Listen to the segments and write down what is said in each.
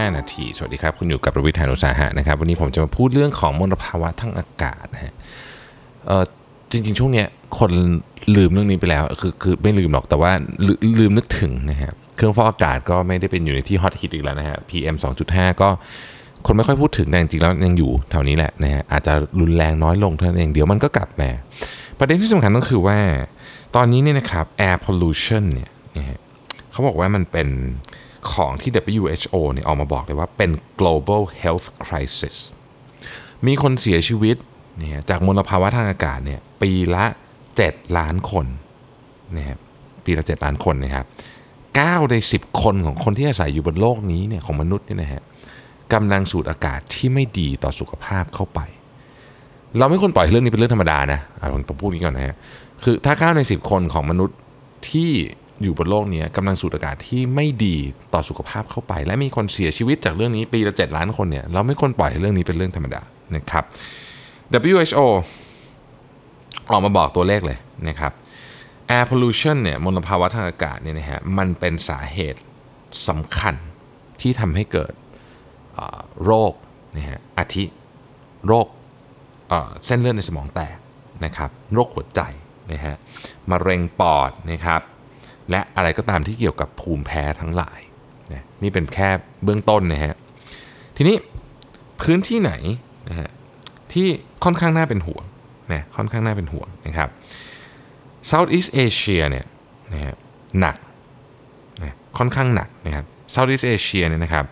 15 นาทีสวัสดีครับคุณอยู่กับประวิทย์ หาญอุตสาหะนะครับวันนี้ผมจะมาพูดเรื่องของมลภาวะทางอากาศนะฮะจริงๆช่วงเนี้ยคนลืมเรื่องนี้ไปแล้วคือไม่ลืมหรอกแต่ว่าลืมนึกถึงนะฮะเครื่องฟอกอากาศก็ไม่ได้เป็นอยู่ในที่ฮอตฮิตอีกแล้วนะฮะ PM 2.5 ก็คนไม่ค่อยพูดถึงแต่จริงๆแล้วยังอยู่แถวนี้แหละนะฮะอาจจะรุนแรงน้อยลงเท่านั้นเองเดี๋ยวมันก็กลับมาประเด็นที่สำคัญก็คือว่าตอนนี้เนี่ยนะครับ air pollution เนี่ยนะฮะเขาบอกว่ามันเป็นของที่ WHO เนี่ยออกมาบอกเลยว่าเป็น global health crisis มีคนเสียชีวิตเนี่ยจากมลภาวะทางอากาศเนี่ยปีละ7ล้านคนนะครับปีละ7ล้านคนนะครับ9ใน10คนของคนที่อาศัยอยู่บนโลกนี้เนี่ยของมนุษย์เนี่ยนะฮะกำลังสูดอากาศที่ไม่ดีต่อสุขภาพเข้าไปเราไม่ควรปล่อยเรื่องนี้เป็นเรื่องธรรมดานะผมพูดนี้ก่อนนะฮะคือถ้า9ใน10คนของมนุษย์ที่อยู่บนโลกนี้กำลังสูดอากาศที่ไม่ดีต่อสุขภาพเข้าไปและมีคนเสียชีวิตจากเรื่องนี้ปีละ7ล้านคนเนี่ยเราไม่ควรปล่อยเรื่องนี้เป็นเรื่องธรรมดานะครับ WHO ออกมาบอกตัวเลขเลยนะครับ air pollution เนี่ยมลภาวะทางอากาศเนี่ยนะฮะมันเป็นสาเหตุสำคัญที่ทำให้เกิดโรคนะฮะอาทิโรคเส้นเลือดในสมองแตกนะครับโรคหัวใจนะฮะมะเร็งปอดนะครับและอะไรก็ตามที่เกี่ยวกับภูมิแพ้ทั้งหลายนะนี่เป็นแค่เบื้องต้นนะฮะทีนี้พื้นที่ไหนนะฮะที่ค่อนข้างน่าเป็นห่วงนะค่อนข้างน่าเป็นห่วงนะครับ Southeast Asia เนี่ยนะฮะหนักนะค่อนข้างหนักนะครับ Southeast Asia เนี่ยนะครับ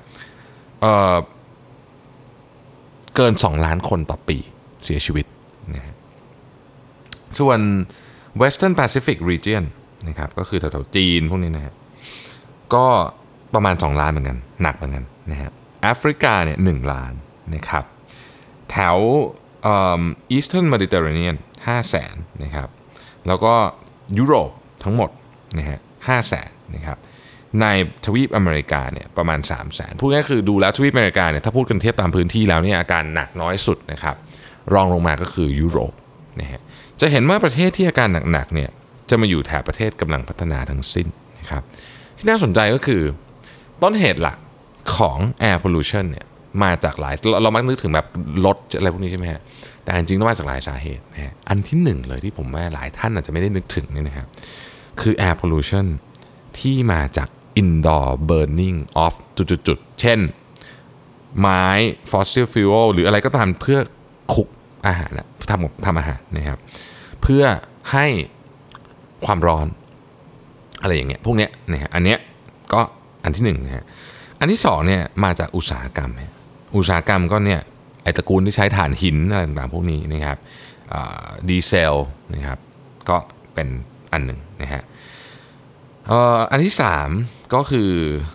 เกิน2ล้านคนต่อปีเสียชีวิตนะฮะส่วน Western Pacific Region นะครับก็คือแถวๆจีนพวกนี้นะฮะก็ประมาณ2ล้านเหมือนกันหนักเหมือนกันนะฮะแอฟริกาเนี่ย1ล้านนะครับแถวEastern Mediterranean 500,000นะครับแล้วก็ยุโรปทั้งหมดนะฮะ500,000นะครับในทวีปอเมริกาเนี่ยประมาณ 300,000 พูดง่ายๆคือดูแล้วทวีปอเมริกาเนี่ยถ้าพูดกันเทียบตามพื้นที่แล้วเนี่ยอาการหนักน้อยสุดนะครับรองลงมาก็คือยุโรปนะฮะจะเห็นว่าประเทศที่อาการหนักๆเนี่ยจะมาอยู่แถบประเทศกำลังพัฒนาทั้งสิ้นนะครับที่น่าสนใจก็คือต้นเหตุหลักของ air pollution เนี่ยมาจากหลายเรามักนึกถึงแบบรถอะไรพวกนี้ใช่ไหมฮะแต่จริงๆต้องมาจากหลายสาเหตุนะฮะอันที่หนึ่งเลยที่ผมว่าหลายท่านอาจจะไม่ได้นึกถึงเนี่ยนะครับคือ air pollution ที่มาจาก indoor burning of จุดๆเช่นไม้ fossil fuel หรืออะไรก็ตามเพื่อคุกอาหารทำอาหารนะครับเพื่อให้ความร้อนอะไรอย่างเงี้ยพวกเนี้ยนะฮะอันเนี้ยก็อันที่หนึ่งนะฮะอันที่สองเนี่ยมาจากอุตสาหกรรมอุตสาหกรรมก็เนี่ยไอตระกูลที่ใช้ถ่านหินอะไรต่างๆพวกนี้นะครับดีเซลนะครับก็เป็นอันหนึ่งนะฮะอันที่สามก็คือ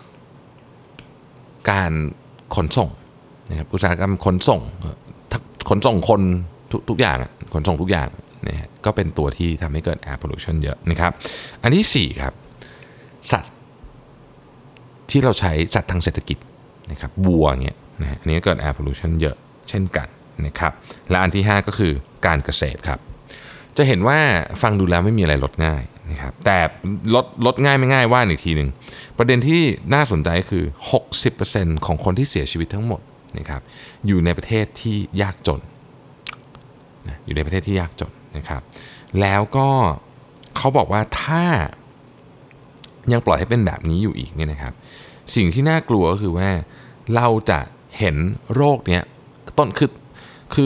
การขนส่งนะครับอุตสาหกรรมขนส่งคนทุกอย่างขนส่งทุกอย่างนะฮะก็เป็นตัวที่ทำให้เกิด air pollution เยอะนะครับอันที่สี่ครับสัตว์ที่เราใช้สัตว์ทางเศรษฐกิจนะครับวัวเงี้ยนะฮะอันนี้ก็เกิด air pollution เยอะเช่นกันนะครับและอันที่5ก็คือการเกษตรครับจะเห็นว่าฟังดูแล้วไม่มีอะไรลดง่ายนะครับแต่ลดง่ายไม่ง่ายว่าอีกทีนึงประเด็นที่น่าสนใจคือ 60% ของคนที่เสียชีวิตทั้งหมดนะครับอยู่ในประเทศที่ยากจนอยู่ในประเทศที่ยากจนนะครับแล้วก็เขาบอกว่าถ้ายังปล่อยให้เป็นแบบนี้อยู่อีกเนี่ยนะครับสิ่งที่น่ากลัวก็คือว่าเราจะเห็นโรคเนี้ยต้นคือ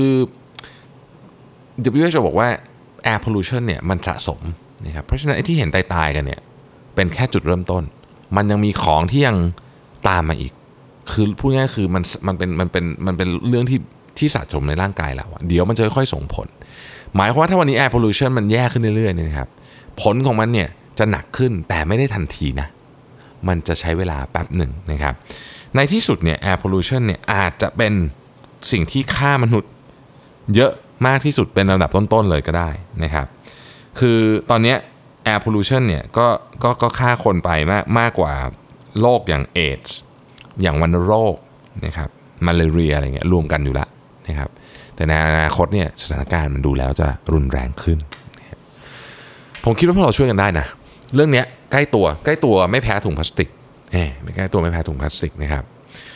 WHO บอกว่า air pollution เนี่ยมันสะสมนะครับเพราะฉะนั้นไอ้ที่เห็นตายกันเนี่ยเป็นแค่จุดเริ่มต้นมันยังมีของที่ยังตามมาอีกคือพูดง่ายๆคือมันเป็นเรื่องที่สะสมในร่างกายเราเดี๋ยวมันจะค่อยๆส่งผลหมายความว่าถ้าวันนี้ air pollution มันแย่ขึ้นเรื่อยๆเนี่ยนะครับผลของมันเนี่ยจะหนักขึ้นแต่ไม่ได้ทันทีนะมันจะใช้เวลาแป๊บหนึ่งนะครับในที่สุดเนี่ย air pollution เนี่ยอาจจะเป็นสิ่งที่ฆ่ามนุษย์เยอะมากที่สุดเป็นระดับต้นๆเลยก็ได้นะครับคือตอนนี้ air pollution เนี่ยก็ฆ่าคนไปมากกว่าโรคอย่างเอดส์อย่างวัณโรคนะครับมาลาเรียอะไรเงี้ยรวมกันอยู่แล้วนะครับแต่ในอนาคตเนี่ยสถานการณ์มันดูแล้วจะรุนแรงขึ้นผมคิดว่าพวกเราช่วยกันได้นะเรื่องนี้ใกล้ตัวไม่แพ้ถุงพลาสติกไม่ใกล้ตัวไม่แพ้ถุงพลาสติกนะครับ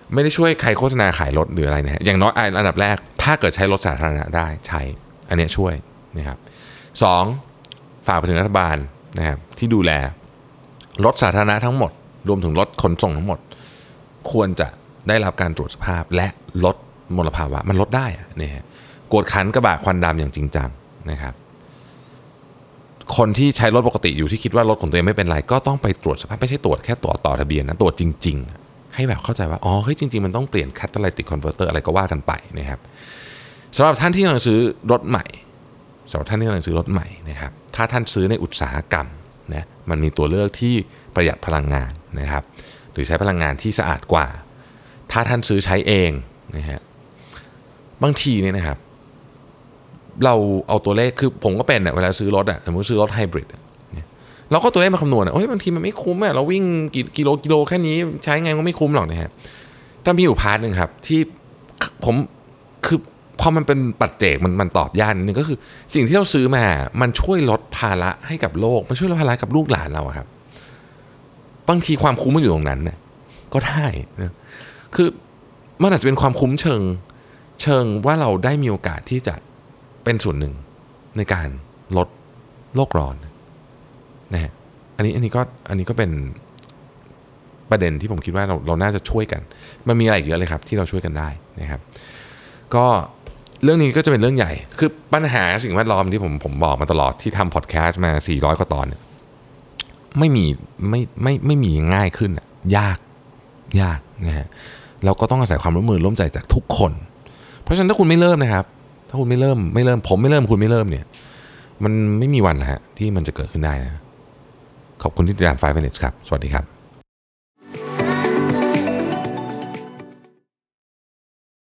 ไม่ได้ช่วยใครโฆษณาขายรถหรืออะไรนะฮะอย่างน้อยอันดับแรกถ้าเกิดใช้รถสาธารณะได้ใช้อันนี้ช่วยนะครับสองฝากไปถึงรัฐบาลนะครับที่ดูแลรถสาธารณะทั้งหมดรวมถึงรถขนส่งทั้งหมดควรจะได้รับการตรวจสภาพและลดมลภาวะมันลดได้นะฮะกวดขันกระบะควันดำอย่างจริงจังนะครับคนที่ใช้รถปกติอยู่ที่คิดว่ารถของตัวเองไม่เป็นไรก็ต้องไปตรวจสภาพไม่ใช่ตรวจแค่ต่อทะเบียนนะตรวจจริงๆให้แบบเข้าใจว่าอ๋อเฮ้ยจริงๆมันต้องเปลี่ยน catalytic converter อะไรก็ว่ากันไปนะครับสำหรับท่านที่กำลังซื้อรถใหม่สำหรับท่านที่กำลังซื้อรถใหม่นะครับถ้าท่านซื้อในอุตสาหกรรมนะมันมีตัวเลือกที่ประหยัดพลังงานนะครับหรือใช้พลังงานที่สะอาดกว่าถ้าท่านซื้อใช้เองนะฮะบางทีเนี่ยนะครับเราเอาตัวเลขคือผมก็เป็นเวลาซื้อรถสมมติซื้อรถไฮบริดเราก็ตัวเลขมาคำนวณบางทีมันไม่คุ้มเราวิ่งกิโลแค่นี้ใช้ไงก็ไม่คุ้มหรอกนะฮะแต่มีอยู่พาร์ทนึงครับที่ผมคือพอมันเป็นปัจเจกมันตอบยากนิดนึงก็คือสิ่งที่เราซื้อมามันช่วยลดภาระให้กับโลกมันช่วยลดภาระกับลูกหลานเราครับบางทีความคุ้มมันอยู่ตรงนั้นนะก็ได้นะคือมันอาจจะเป็นความคุ้มเชิงว่าเราได้มีโอกาสที่จะเป็นส่วนหนึ่งในการลดโลกร้อนนะฮะอันนี้ก็เป็นประเด็นที่ผมคิดว่าเราน่าจะช่วยกันมันมีอะไรอีกเยอะเลยครับที่เราช่วยกันได้นะครับก็เรื่องนี้ก็จะเป็นเรื่องใหญ่คือปัญหาสิ่งแวดล้อมที่ผมบอกมาตลอดที่ทำพอดแคสต์มา400กว่าตอนเนี่ยไม่มีง่ายขึ้นยากนะฮะเราก็ต้องอาศัยความร่วมมือร่วมใจจากทุกคนเพราะฉะนั้นถ้าคุณไม่เริ่มนะครับถ้าคุณไม่เริ่มผมไม่เริ่มคุณไม่เริ่มเนี่ยมันไม่มีวันนะฮะที่มันจะเกิดขึ้นได้นะขอบคุณที่ติดตาม5 minutes ครับสวัสดีครับ